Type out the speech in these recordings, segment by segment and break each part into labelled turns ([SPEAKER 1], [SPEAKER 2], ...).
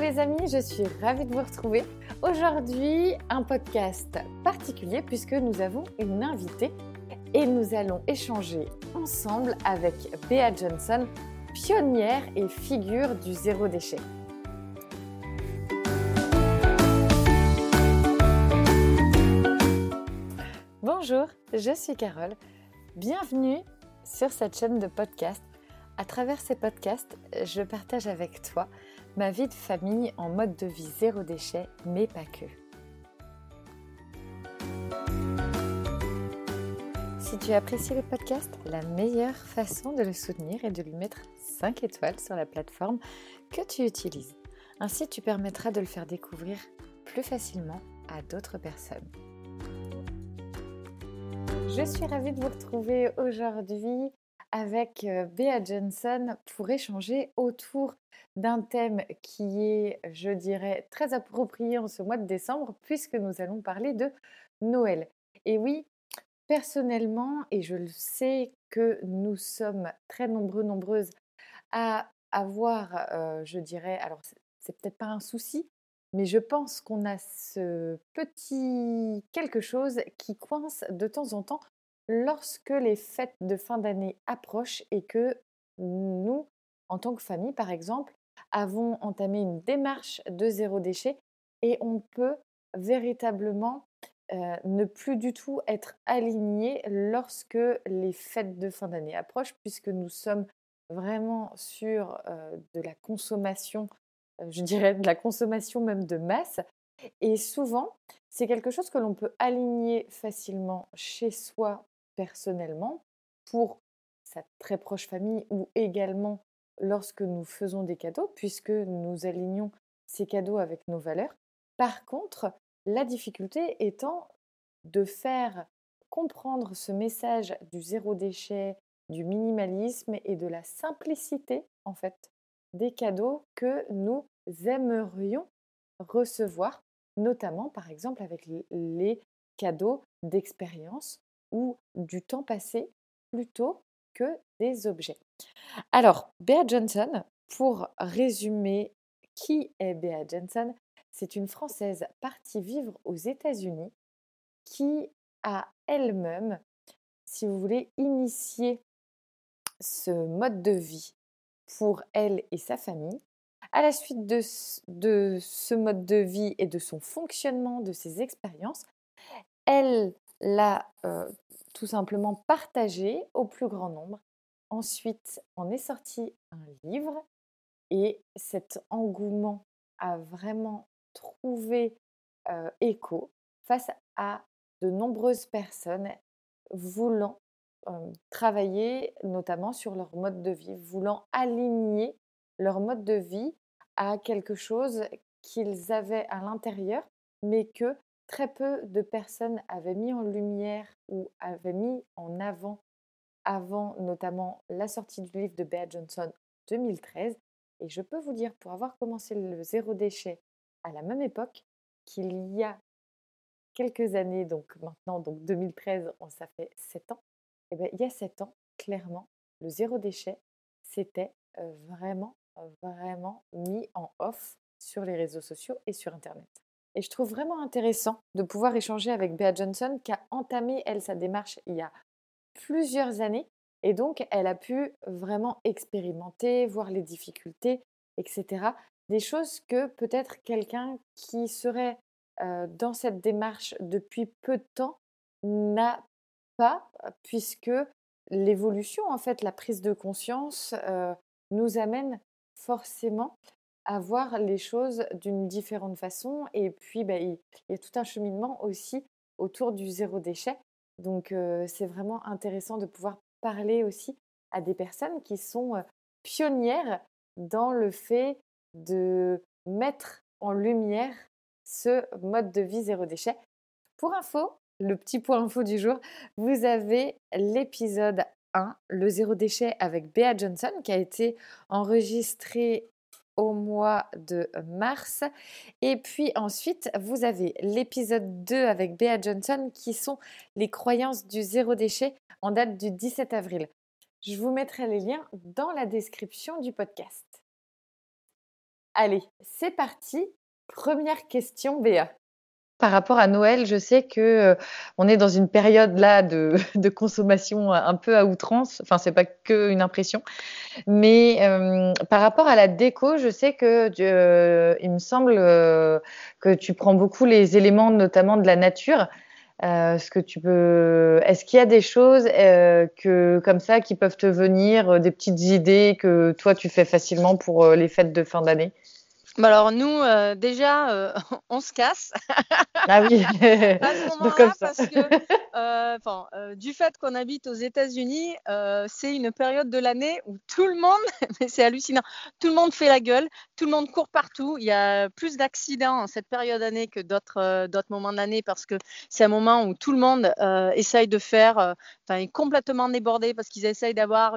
[SPEAKER 1] les amis, je suis ravie de vous retrouver. Aujourd'hui, un podcast particulier puisque nous avons une invitée et nous allons échanger ensemble avec Bea Johnson, pionnière et figure du zéro déchet. Bonjour, je suis Carole. Bienvenue sur cette chaîne de podcast. À travers ces podcasts, je partage avec toi ma vie de famille en mode de vie zéro déchet, mais pas que. Si tu apprécies le podcast, la meilleure façon de le soutenir est de lui mettre 5 étoiles sur la plateforme que tu utilises. Ainsi, tu permettras de le faire découvrir plus facilement à d'autres personnes. Je suis ravie de vous retrouver aujourd'hui avec Bea Johnson pour échanger autour d'un thème qui est, je dirais, très approprié en ce mois de décembre puisque nous allons parler de Noël. Et oui, personnellement, et je le sais que nous sommes très nombreuses à avoir, je dirais, alors c'est peut-être pas un souci, mais je pense qu'on a ce petit quelque chose qui coince de temps en temps lorsque les fêtes de fin d'année approchent et que nous, en tant que famille par exemple, avons entamé une démarche de zéro déchet et on peut véritablement ne plus du tout être aligné lorsque les fêtes de fin d'année approchent puisque nous sommes vraiment sur de la consommation, je dirais de la consommation même de masse. Et souvent, c'est quelque chose que l'on peut aligner facilement chez soi personnellement pour sa très proche famille ou également lorsque nous faisons des cadeaux, puisque nous alignons ces cadeaux avec nos valeurs. Par contre, la difficulté étant de faire comprendre ce message du zéro déchet, du minimalisme et de la simplicité en fait des cadeaux que nous aimerions recevoir, notamment par exemple avec les cadeaux d'expérience ou du temps passé plutôt que des objets. Alors, Bea Johnson, pour résumer qui est Bea Johnson, c'est une Française partie vivre aux États-Unis qui a elle-même, si vous voulez, initié ce mode de vie pour elle et sa famille. À la suite de ce mode de vie et de son fonctionnement, de ses expériences, elle l'a tout simplement partagé au plus grand nombre. Ensuite, on est sorti un livre et cet engouement a vraiment trouvé écho face à de nombreuses personnes voulant travailler notamment sur leur mode de vie, voulant aligner leur mode de vie à quelque chose qu'ils avaient à l'intérieur, mais que très peu de personnes avaient mis en lumière ou avaient mis en avant notamment la sortie du livre de Bea Johnson en 2013. Et je peux vous dire, pour avoir commencé le zéro déchet à la même époque, qu'il y a quelques années, donc maintenant, donc 2013, ça fait 7 ans, et bien, il y a 7 ans, clairement, le zéro déchet, c'était vraiment mis en off sur les réseaux sociaux et sur Internet. Et je trouve vraiment intéressant de pouvoir échanger avec Bea Johnson qui a entamé, elle, sa démarche il y a plusieurs années. Et donc, elle a pu vraiment expérimenter, voir les difficultés, etc. Des choses que peut-être quelqu'un qui serait dans cette démarche depuis peu de temps n'a pas, puisque l'évolution, en fait, la prise de conscience nous amène forcément à voir les choses d'une différente façon. Et puis, il y a tout un cheminement aussi autour du zéro déchet. Donc, c'est vraiment intéressant de pouvoir parler aussi à des personnes qui sont pionnières dans le fait de mettre en lumière ce mode de vie zéro déchet. Pour info, le petit point info du jour, vous avez l'épisode 1, le zéro déchet avec Bea Johnson, qui a été enregistré au mois de mars. Et puis ensuite, vous avez l'épisode 2 avec Bea Johnson, qui sont les croyances du zéro déchet en date du 17 avril. Je vous mettrai les liens dans la description du podcast. Allez, c'est parti. Première question, Béa. Par rapport à Noël, je sais que, on est dans une période là de de consommation un peu à outrance. Enfin, c'est pas qu'une impression. Mais, par rapport à la déco, je sais que il me semble, que tu prends beaucoup les éléments, notamment de la nature. Est-ce qu'il y a des choses, que comme ça, qui peuvent te venir, des petites idées que toi tu fais facilement pour, les fêtes de fin d'année?
[SPEAKER 2] Bah alors nous, déjà, on se casse
[SPEAKER 1] Ah oui,
[SPEAKER 2] à ce
[SPEAKER 1] donc comme
[SPEAKER 2] moment-là
[SPEAKER 1] ça.
[SPEAKER 2] parce que, du fait qu'on habite aux États-Unis, c'est une période de l'année où tout le monde mais c'est hallucinant, tout le monde fait la gueule, tout le monde court partout. Il y a plus d'accidents en cette période d'année que d'autres moments de l'année parce que c'est un moment où tout le monde, essaye de faire, est complètement débordé parce qu'ils essayent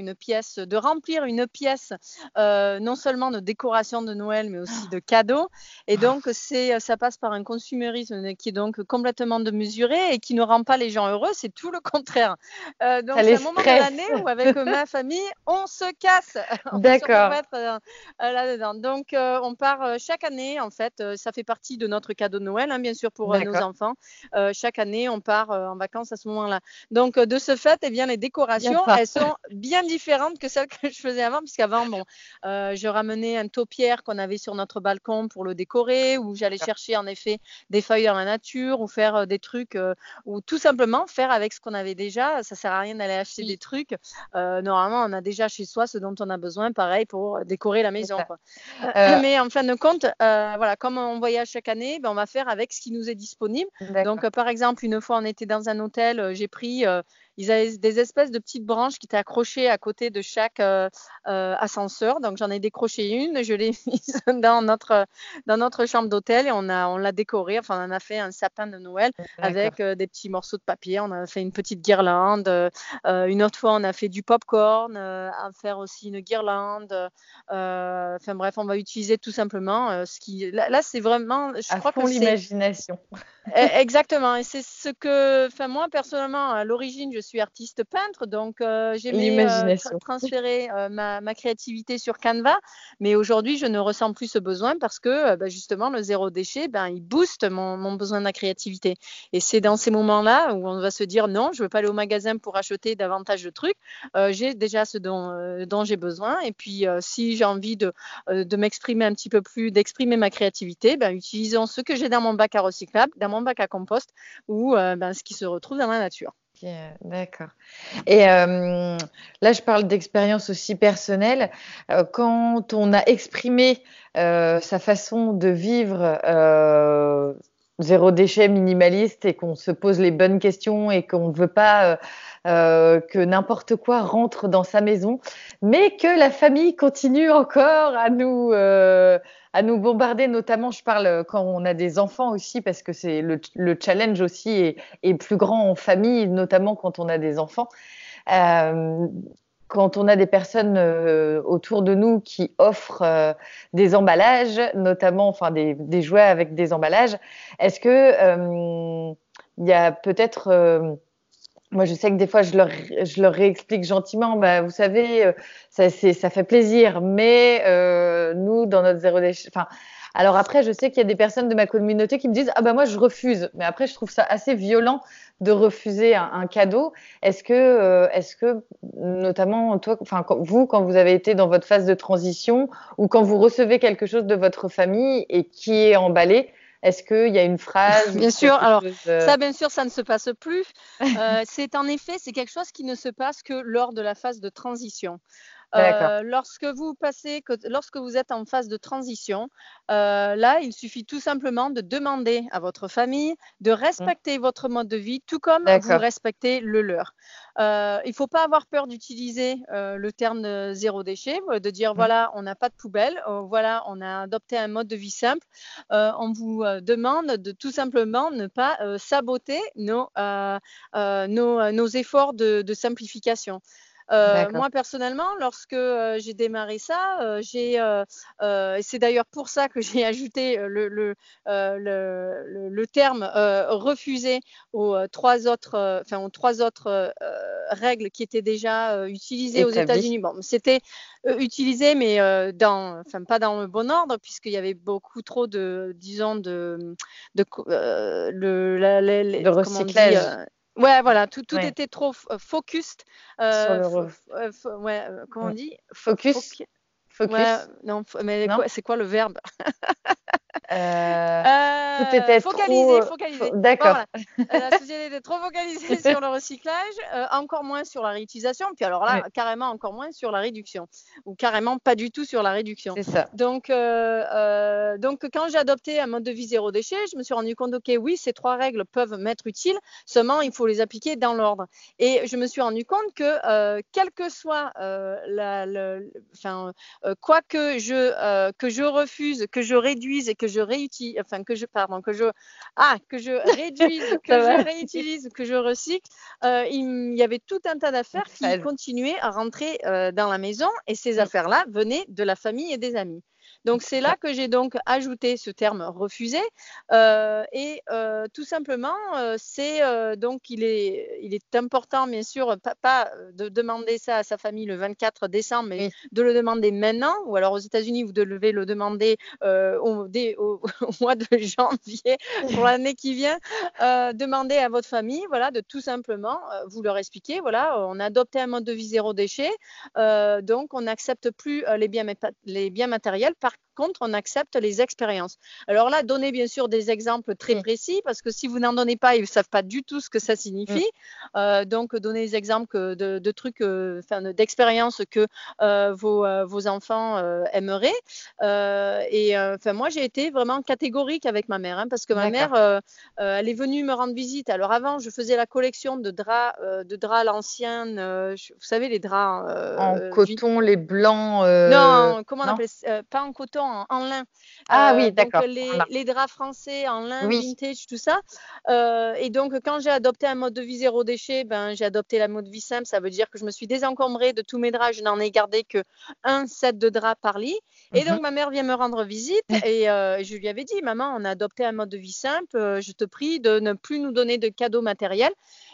[SPEAKER 2] de remplir une pièce, non seulement de décoration de Noël, mais aussi de cadeaux. Et donc, ça passe par un consumérisme qui est donc complètement démesuré et qui ne rend pas les gens heureux, c'est tout le contraire.
[SPEAKER 1] Ça
[SPEAKER 2] Donc, c'est
[SPEAKER 1] les
[SPEAKER 2] un moment de
[SPEAKER 1] stresse.
[SPEAKER 2] l'année où, avec ma famille, on se casse. On va surtout
[SPEAKER 1] D'accord,
[SPEAKER 2] pas être là-dedans. Donc, on part chaque année, en fait, ça fait partie de notre cadeau de Noël, hein, bien sûr, pour nos
[SPEAKER 1] d'accord.
[SPEAKER 2] enfants. Chaque année, on part en vacances à ce moment-là. Donc, de ce fait, eh bien, les
[SPEAKER 1] Il y a
[SPEAKER 2] décorations,
[SPEAKER 1] pas.
[SPEAKER 2] elles sont bien différentes que celles que je faisais avant, puisqu'avant, bon, je ramenais un taupière qu'on avait sur notre balcon pour le décorer, ou j'allais
[SPEAKER 1] D'accord.
[SPEAKER 2] chercher en effet des feuilles dans la nature, ou faire des trucs, ou tout simplement faire avec ce qu'on avait déjà. Ça sert à rien d'aller acheter des
[SPEAKER 1] Oui,
[SPEAKER 2] trucs. Normalement, on a déjà chez soi ce dont on a besoin, pareil pour décorer la
[SPEAKER 1] c'est
[SPEAKER 2] maison,
[SPEAKER 1] ça.
[SPEAKER 2] quoi.
[SPEAKER 1] Heu,
[SPEAKER 2] Mais en fin de compte, voilà, comme on voyage chaque année, ben, on va faire avec ce qui nous est disponible. Donc,
[SPEAKER 1] d'accord.
[SPEAKER 2] par exemple, une fois, on était dans un hôtel, j'ai pris, ils avaient des espèces de petites branches qui étaient accrochées à côté de chaque ascenseur. Donc, j'en ai décroché une, je l'ai mise dans notre chambre d'hôtel et on l'a décorée. Enfin, on a fait un sapin de Noël
[SPEAKER 1] D'accord.
[SPEAKER 2] avec des petits morceaux de papier. On a fait une petite guirlande. Une autre fois, on a fait du popcorn, à faire aussi une guirlande. Enfin bref, on va utiliser tout simplement ce qui. Là, c'est vraiment, je
[SPEAKER 1] À
[SPEAKER 2] crois que
[SPEAKER 1] fond
[SPEAKER 2] c'est
[SPEAKER 1] l'imagination.
[SPEAKER 2] Exactement, et c'est ce que, enfin moi personnellement, à l'origine, je suis artiste peintre, donc j'aimais
[SPEAKER 1] L'imagination.
[SPEAKER 2] transférer ma créativité sur Canva, mais aujourd'hui, je ne ressens plus ce besoin parce que justement, le zéro déchet, ben, il booste mon besoin de la créativité. Et c'est dans ces moments-là où on va se dire non, je ne veux pas aller au magasin pour acheter davantage de trucs. J'ai déjà ce dont j'ai besoin, et puis si j'ai envie de m'exprimer un petit peu plus, d'exprimer ma créativité, ben, utilisons ce que j'ai dans mon bac à recyclable, dans mon bac à compost, ou ben, ce qui se retrouve dans la nature.
[SPEAKER 1] OK, d'accord. Et là, je parle d'expérience aussi personnelle. Quand on a exprimé, sa façon de vivre, zéro déchet, minimaliste, et qu'on se pose les bonnes questions et qu'on ne veut pas, que n'importe quoi rentre dans sa maison, mais que la famille continue encore à nous bombarder. Notamment, je parle, quand on a des enfants aussi, parce que c'est le challenge aussi est plus grand en famille, notamment quand on a des enfants. Euh, Quand on a des personnes autour de nous qui offrent des emballages, notamment enfin des jouets avec des emballages, est-ce que il y a peut-être moi, je sais que des fois, je leur réexplique gentiment, bah, vous savez, ça fait plaisir, mais nous, dans notre zéro déchet, enfin, alors après, je sais qu'il y a des personnes de ma communauté qui me disent, ah bah moi, je refuse. Mais après, je trouve ça assez violent de refuser un cadeau. Est-ce que, notamment toi, enfin, vous, quand vous avez été dans votre phase de transition ou quand vous recevez quelque chose de votre famille et qui est emballé, est-ce qu'il y a une phrase ou
[SPEAKER 2] Bien sûr,
[SPEAKER 1] quelque
[SPEAKER 2] alors
[SPEAKER 1] chose
[SPEAKER 2] ça, bien sûr, ça ne se passe plus. C'est en effet, c'est quelque chose qui ne se passe que lors de la phase de transition.
[SPEAKER 1] D'accord.
[SPEAKER 2] Lorsque vous êtes en phase de transition, là, il suffit tout simplement de demander à votre famille de
[SPEAKER 1] Mmh.
[SPEAKER 2] respecter votre mode de vie, tout comme vous
[SPEAKER 1] D'accord.
[SPEAKER 2] respectez le leur. Il ne faut pas avoir peur d'utiliser le terme de zéro déchet, de dire
[SPEAKER 1] Mmh.
[SPEAKER 2] voilà, on n'a pas de poubelle, voilà, on a adopté un mode de vie simple. On vous demande de tout simplement ne pas saboter nos efforts de simplification.
[SPEAKER 1] D'accord.
[SPEAKER 2] Moi, personnellement, lorsque j'ai démarré ça, et c'est d'ailleurs pour ça que j'ai ajouté le terme refusé aux trois autres règles qui étaient déjà utilisées aux
[SPEAKER 1] Établi.
[SPEAKER 2] États-Unis. Bon, c'était utilisé, mais pas dans le bon ordre, puisqu'il y avait beaucoup trop disons,
[SPEAKER 1] De
[SPEAKER 2] comment on dit,
[SPEAKER 1] recyclage.
[SPEAKER 2] ouais, voilà, tout
[SPEAKER 1] Ouais.
[SPEAKER 2] était trop focused,
[SPEAKER 1] Sur le ref
[SPEAKER 2] ouais, comment on
[SPEAKER 1] mmh.
[SPEAKER 2] dit?
[SPEAKER 1] Focus?
[SPEAKER 2] Ouais,
[SPEAKER 1] Focus?
[SPEAKER 2] non, mais
[SPEAKER 1] Non?
[SPEAKER 2] c'est quoi le verbe?
[SPEAKER 1] Heu, Tout était trop,
[SPEAKER 2] Focaliser,
[SPEAKER 1] fo
[SPEAKER 2] focaliser. Bon,
[SPEAKER 1] d'accord.
[SPEAKER 2] voilà. La société était trop focalisée sur le recyclage, encore moins sur la réutilisation, puis alors là,
[SPEAKER 1] Oui,
[SPEAKER 2] carrément encore moins sur la réduction, ou carrément pas du tout sur la réduction.
[SPEAKER 1] c'est ça.
[SPEAKER 2] Donc quand j'ai adopté un mode de vie zéro déchet, je me suis rendu compte, OK, oui, ces 3 règles peuvent m'être utiles, seulement il faut les appliquer dans l'ordre. Et je me suis rendu compte que, quelle que soit, quoi que je refuse, que je réduise et que je réutilise, que je réduise,
[SPEAKER 1] Ça
[SPEAKER 2] que je
[SPEAKER 1] va?
[SPEAKER 2] réutilise, que je recycle, il y avait tout un tas
[SPEAKER 1] Il
[SPEAKER 2] d'affaires qui
[SPEAKER 1] fallait
[SPEAKER 2] continuaient à rentrer dans la maison, et ces
[SPEAKER 1] mmh,
[SPEAKER 2] affaires-là venaient de la famille et des amis. Donc c'est
[SPEAKER 1] c'est
[SPEAKER 2] là
[SPEAKER 1] ça.
[SPEAKER 2] que j'ai donc ajouté ce terme refusé, tout simplement, donc il est important bien sûr pas de demander ça à sa famille le 24 décembre, mais
[SPEAKER 1] Oui,
[SPEAKER 2] de le demander maintenant, ou alors aux États-Unis vous devez le demander au mois de janvier pour l'année qui vient. Demandez à votre famille, voilà, de tout simplement vous leur expliquer, voilà, on a adopté un mode de vie zéro déchet, donc on n'accepte plus les biens matériels. Par contre, on accepte les expériences. Alors là, donnez bien sûr des exemples très
[SPEAKER 1] oui.
[SPEAKER 2] précis, parce que si vous n'en donnez pas, ils ne savent pas du tout ce que ça
[SPEAKER 1] Mmh.
[SPEAKER 2] signifie. Donc, donnez des exemples de trucs, d'expériences que vos enfants aimeraient. Moi, j'ai été vraiment catégorique avec ma mère, hein, parce que ma
[SPEAKER 1] D'accord.
[SPEAKER 2] mère, elle est venue me rendre visite. Alors avant, je faisais la collection de draps à l'ancienne, vous savez, les draps
[SPEAKER 1] En coton, les blancs,
[SPEAKER 2] non, comment on
[SPEAKER 1] non?
[SPEAKER 2] appelle ça? Pas en coton, en lin.
[SPEAKER 1] Ah oui,
[SPEAKER 2] Donc
[SPEAKER 1] d'accord, en lin.
[SPEAKER 2] les draps français en lin,
[SPEAKER 1] Oui.
[SPEAKER 2] vintage, tout ça. Et donc quand j'ai adopté un mode de vie zéro déchet, ben, j'ai adopté la mode de vie simple. Ça veut dire que je me suis désencombrée de tous mes draps. Je n'en ai gardé qu'un set de draps par lit. Et
[SPEAKER 1] Mmh.
[SPEAKER 2] donc ma mère vient me rendre visite, et je lui avais dit: «Maman, on a adopté un mode de vie simple, je te prie de ne plus nous donner de cadeaux matériels.»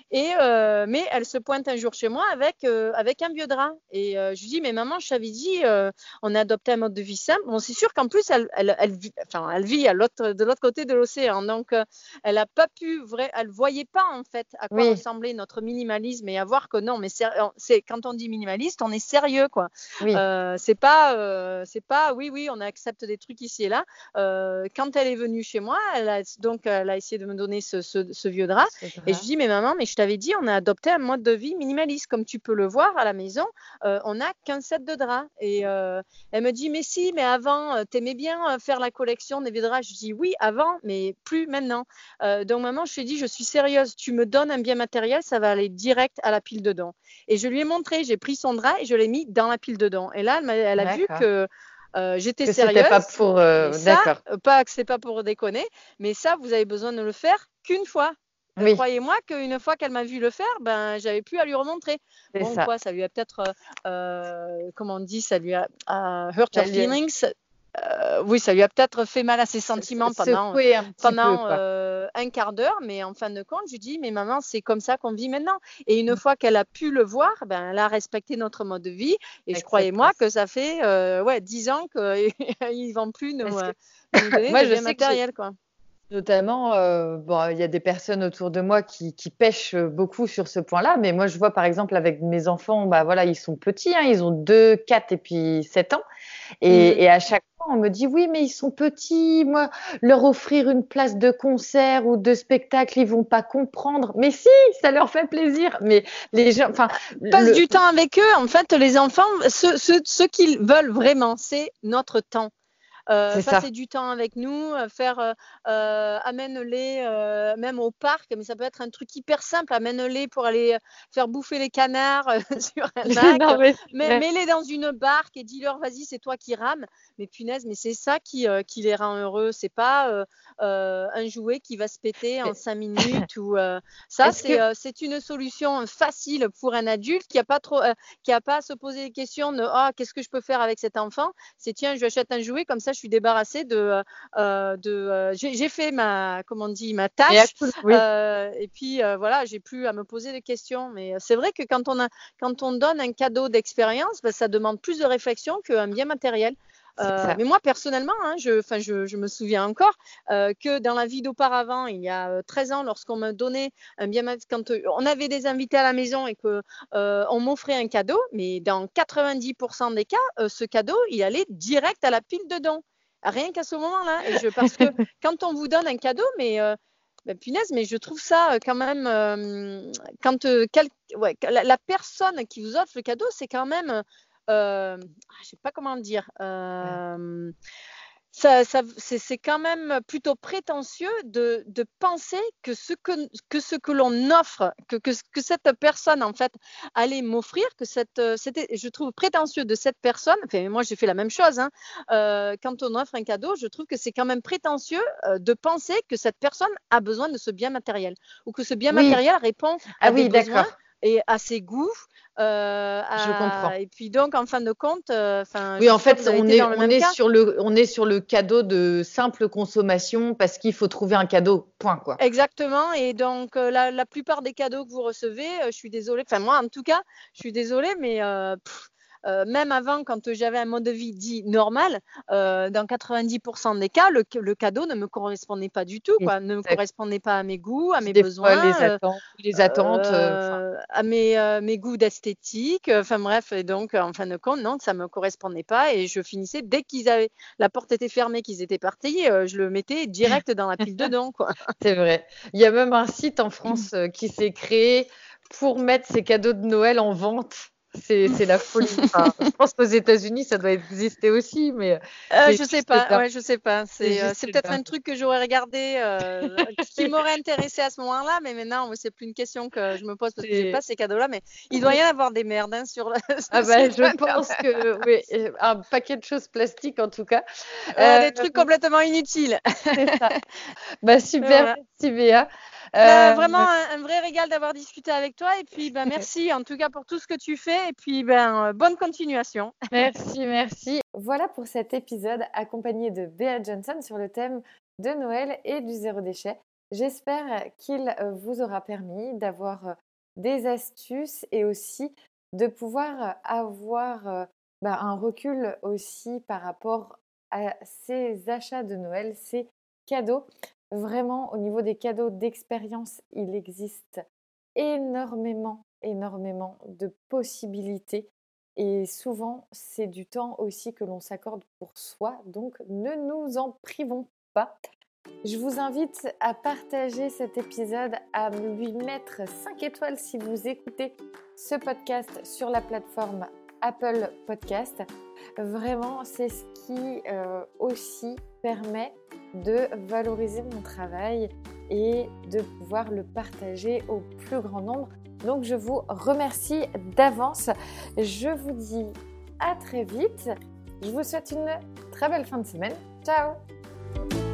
[SPEAKER 2] Mais elle se pointe un jour chez moi avec un vieux drap, et je lui dis: «Mais maman, je t'avais dit, on a adopté un mode de vie simple.» Bon, c'est sûr qu'en plus, elle vit de l'autre côté de l'océan, donc elle a pas pu elle voyait pas en fait à quoi
[SPEAKER 1] Oui,
[SPEAKER 2] ressemblait notre minimalisme, et à voir que non, mais c'est quand on dit minimaliste, on est sérieux, quoi.
[SPEAKER 1] oui,
[SPEAKER 2] C'est pas oui, oui, on accepte des trucs ici et là. Quand elle est venue chez moi, elle a essayé de me donner ce vieux drap,
[SPEAKER 1] ce
[SPEAKER 2] et je
[SPEAKER 1] drap.
[SPEAKER 2] lui dis: «Mais maman, mais je t'avais dit, on a adopté un mode de vie minimaliste. Comme tu peux le voir à la maison, on n'a qu'un set de draps.» Et elle me dit: «Mais si, mais avant, tu bien faire la collection des vieux draps.» Je dis: «Oui, avant, mais plus maintenant.» Donc maman, je lui ai dit: «Je suis sérieuse, tu me donnes un bien matériel, ça va aller direct à la pile de dons.» Et je lui ai montré, j'ai pris son drap et je l'ai mis dans la pile de dons. Et là, elle a vu
[SPEAKER 1] D'accord.
[SPEAKER 2] que j'étais
[SPEAKER 1] Que c'était pas
[SPEAKER 2] sérieuse,
[SPEAKER 1] pour,
[SPEAKER 2] mais ça,
[SPEAKER 1] d'accord.
[SPEAKER 2] pas que c'est pas pour déconner, mais ça, vous avez besoin de le faire qu'une fois.
[SPEAKER 1] Oui,
[SPEAKER 2] Croyez-moi qu'une fois qu'elle m'a vu le faire, ben, j'avais plus à lui remontrer.
[SPEAKER 1] c'est
[SPEAKER 2] Bon,
[SPEAKER 1] ça.
[SPEAKER 2] quoi, ça lui a peut-être, comment on dit, ça lui a hurt her
[SPEAKER 1] Ça lui a
[SPEAKER 2] feelings. Oui, ça lui a peut-être fait mal à ses sentiments
[SPEAKER 1] secoué un petit peu,
[SPEAKER 2] pendant
[SPEAKER 1] quoi.
[SPEAKER 2] un quart d'heure, mais en fin de compte, je lui dis: «Mais maman, c'est comme ça qu'on vit maintenant.» Et une
[SPEAKER 1] Mmh.
[SPEAKER 2] fois qu'elle a pu le voir, ben, elle a respecté notre mode de vie, et je croyez-moi
[SPEAKER 1] L'acceptation.
[SPEAKER 2] que ça fait, ouais, 10 ans qu'ils ne vont plus
[SPEAKER 1] Parce que
[SPEAKER 2] nous donner
[SPEAKER 1] moi,
[SPEAKER 2] de
[SPEAKER 1] je
[SPEAKER 2] biens
[SPEAKER 1] sais que j'ai
[SPEAKER 2] matériels, quoi.
[SPEAKER 1] notamment, bon, il y a des personnes autour de moi qui pêchent, beaucoup sur ce point-là, mais moi, je vois, par exemple, avec mes enfants, bah, voilà, ils sont petits, hein, ils ont 2, 4 et puis 7 ans
[SPEAKER 2] Mmh.
[SPEAKER 1] et à chaque fois, on me dit: «Oui, mais ils sont petits, moi, leur offrir une place de concert ou de spectacle, ils vont pas comprendre». Mais si, ça leur fait plaisir, mais les gens enfin,
[SPEAKER 2] Passe
[SPEAKER 1] le
[SPEAKER 2] du temps avec eux. En fait, les enfants, ce qu'ils veulent vraiment, c'est notre temps. passer du temps avec nous, amène-les même au parc, mais ça peut être un truc hyper simple, amène-les pour aller faire bouffer les canards sur un lac,
[SPEAKER 1] Non,
[SPEAKER 2] mets-les dans une barque et dis-leur vas-y c'est toi qui rames, mais punaise, mais c'est ça qui les rend heureux, c'est pas un jouet qui va se péter en 5 minutes ou ça c'est une solution facile pour un adulte qui a pas à se poser des questions de qu'est-ce que je peux faire avec cet enfant, c'est tiens je lui achète un jouet comme ça je suis débarrassée j'ai fait ma tâche et puis voilà j'ai plus à me poser de questions, mais c'est vrai que quand on donne un cadeau d'expérience, ça demande plus de réflexion qu'un bien matériel. Mais moi personnellement, je me souviens encore que dans la vie d'auparavant, il y a 13 ans, lorsqu'on me donnait un bien quand on avait des invités à la maison et que on m'offrait un cadeau, mais dans 90% des cas, ce cadeau, il allait direct à la pile de dons. Rien qu'à ce moment-là. Parce que quand on vous donne un cadeau, mais punaise, mais je trouve ça quand même quand la personne qui vous offre le cadeau, c'est quand même je sais pas comment le dire. C'est quand même plutôt prétentieux de penser que ce que l'on offre, que cette personne en fait allait m'offrir, je trouve prétentieux de cette personne. Enfin, moi j'ai fait la même chose. Quand on offre un cadeau, je trouve que c'est quand même prétentieux de penser que cette personne a besoin de ce bien matériel ou que ce bien matériel répond à des besoins et à ses goûts.
[SPEAKER 1] Je comprends.
[SPEAKER 2] Et puis donc en fin de compte,
[SPEAKER 1] oui, en fait, on est sur le cadeau de simple consommation parce qu'il faut trouver un cadeau. Point quoi.
[SPEAKER 2] Exactement. Et donc la plupart des cadeaux que vous recevez, je suis désolée. Enfin moi en tout cas, je suis désolée, mais même avant, quand j'avais un mode de vie dit normal, dans 90% des cas, le cadeau ne me correspondait pas du tout, quoi. Ne me correspondait pas à mes goûts, à mes besoins,
[SPEAKER 1] les attentes,
[SPEAKER 2] à mes goûts d'esthétique. Enfin bref, et donc en fin de compte, non, ça me correspondait pas et je finissais dès la porte était fermée, qu'ils étaient partis, je le mettais direct dans la pile de dons, quoi.
[SPEAKER 1] C'est vrai. Il y a même un site en France qui s'est créé pour mettre ses cadeaux de Noël en vente. C'est la folie. Enfin, je pense qu'aux États-Unis, ça doit exister aussi, mais
[SPEAKER 2] je sais pas. Ouais, je sais pas. C'est peut-être un truc que j'aurais regardé, qui m'aurait intéressé à ce moment-là, mais maintenant, c'est plus une question que je me pose parce que j'ai pas ces cadeaux-là. Mais il doit y en avoir des merdes sur le.
[SPEAKER 1] Je pense que oui, un paquet de choses plastiques en tout cas.
[SPEAKER 2] Des trucs complètement inutiles.
[SPEAKER 1] C'est ça. Super, merci Béa.
[SPEAKER 2] Vraiment un vrai régal d'avoir discuté avec toi et puis merci en tout cas pour tout ce que tu fais et puis bonne continuation.
[SPEAKER 1] Merci. Voilà pour cet épisode accompagné de Béa Johnson sur le thème de Noël et du zéro déchet. J'espère qu'il vous aura permis d'avoir des astuces et aussi de pouvoir avoir un recul aussi par rapport à ces achats de Noël, ces cadeaux. Vraiment, au niveau des cadeaux d'expérience, il existe énormément de possibilités. Et souvent, c'est du temps aussi que l'on s'accorde pour soi. Donc, ne nous en privons pas. Je vous invite à partager cet épisode, à lui mettre 5 étoiles si vous écoutez ce podcast sur la plateforme Apple Podcast. Vraiment, c'est ce qui aussi permet de valoriser mon travail et de pouvoir le partager au plus grand nombre. Donc, je vous remercie d'avance. Je vous dis à très vite. Je vous souhaite une très belle fin de semaine. Ciao!